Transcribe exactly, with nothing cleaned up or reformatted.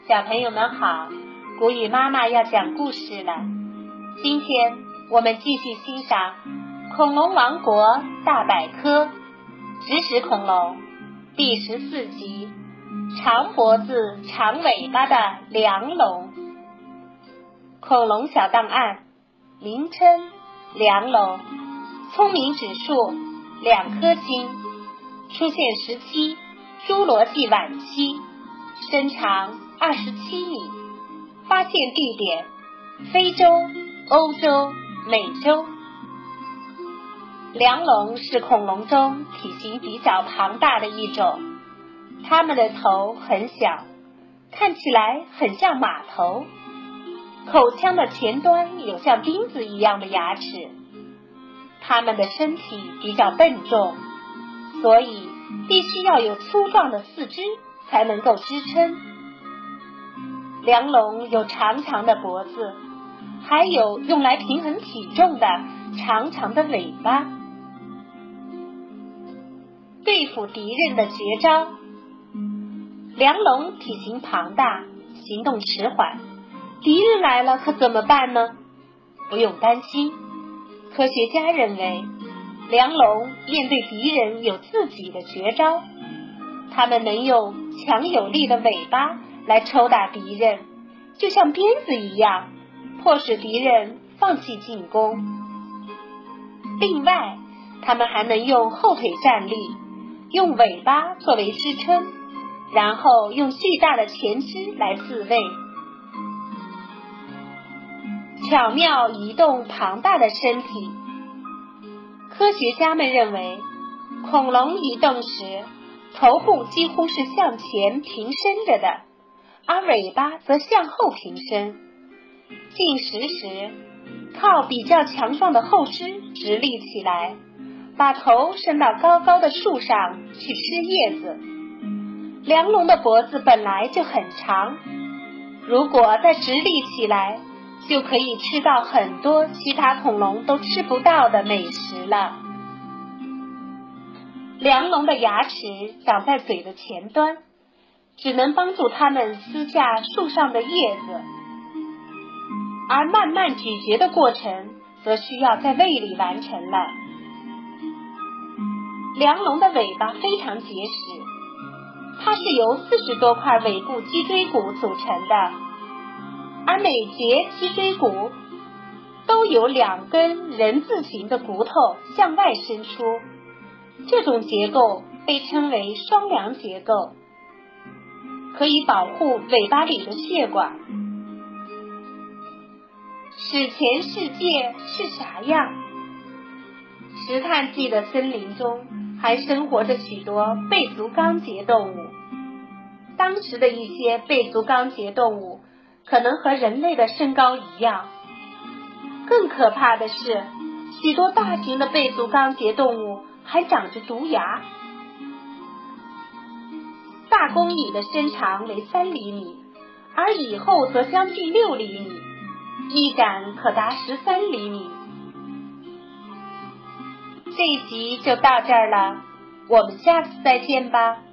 小朋友们好，古语妈妈要讲故事了。今天我们继续欣赏《恐龙王国大百科》植食恐龙第十四集，长脖子长尾巴的梁龙。恐龙小档案，名称梁龙，聪明指数两颗星，出现时期侏罗纪晚期，身长二十七米，发现地点非洲、欧洲、美洲。梁龙是恐龙中体型比较庞大的一种，它们的头很小，看起来很像马头，口腔的前端有像钉子一样的牙齿。它们的身体比较笨重，所以必须要有粗壮的四肢才能够支撑。梁龙有长长的脖子，还有用来平衡体重的长长的尾巴。对付敌人的绝招，梁龙体型庞大，行动迟缓，敌人来了可怎么办呢？不用担心，科学家认为梁龙面对敌人有自己的绝招，它们能用强有力的尾巴来抽打敌人，就像鞭子一样，迫使敌人放弃进攻。另外，它们还能用后腿站立，用尾巴作为支撑，然后用巨大的前肢来自卫。巧妙移动庞大的身体，科学家们认为，恐龙移动时，头部几乎是向前平伸着的，而尾巴则向后平伸。进食时，靠比较强壮的后肢直立起来，把头伸到高高的树上去吃叶子。梁龙的脖子本来就很长，如果再直立起来，就可以吃到很多其他恐龙都吃不到的美食了。梁龙的牙齿长在嘴的前端，只能帮助它们撕下树上的叶子，而慢慢咀嚼的过程则需要在胃里完成了。梁龙的尾巴非常结实，它是由四十多块尾部脊椎骨组成的，而每节脊椎骨都有两根人字形的骨头向外伸出，这种结构被称为双梁结构，可以保护尾巴里的血管。史前世界是啥样？石炭纪的森林中还生活着许多背足纲节动物，当时的一些背足纲节动物可能和人类的身高一样。更可怕的是，许多大型的背足纲节动物还长着毒牙。大公蚁的身长为三厘米，而蚁后则将近六厘米，翼展可达十三厘米。这一集就到这儿了，我们下次再见吧。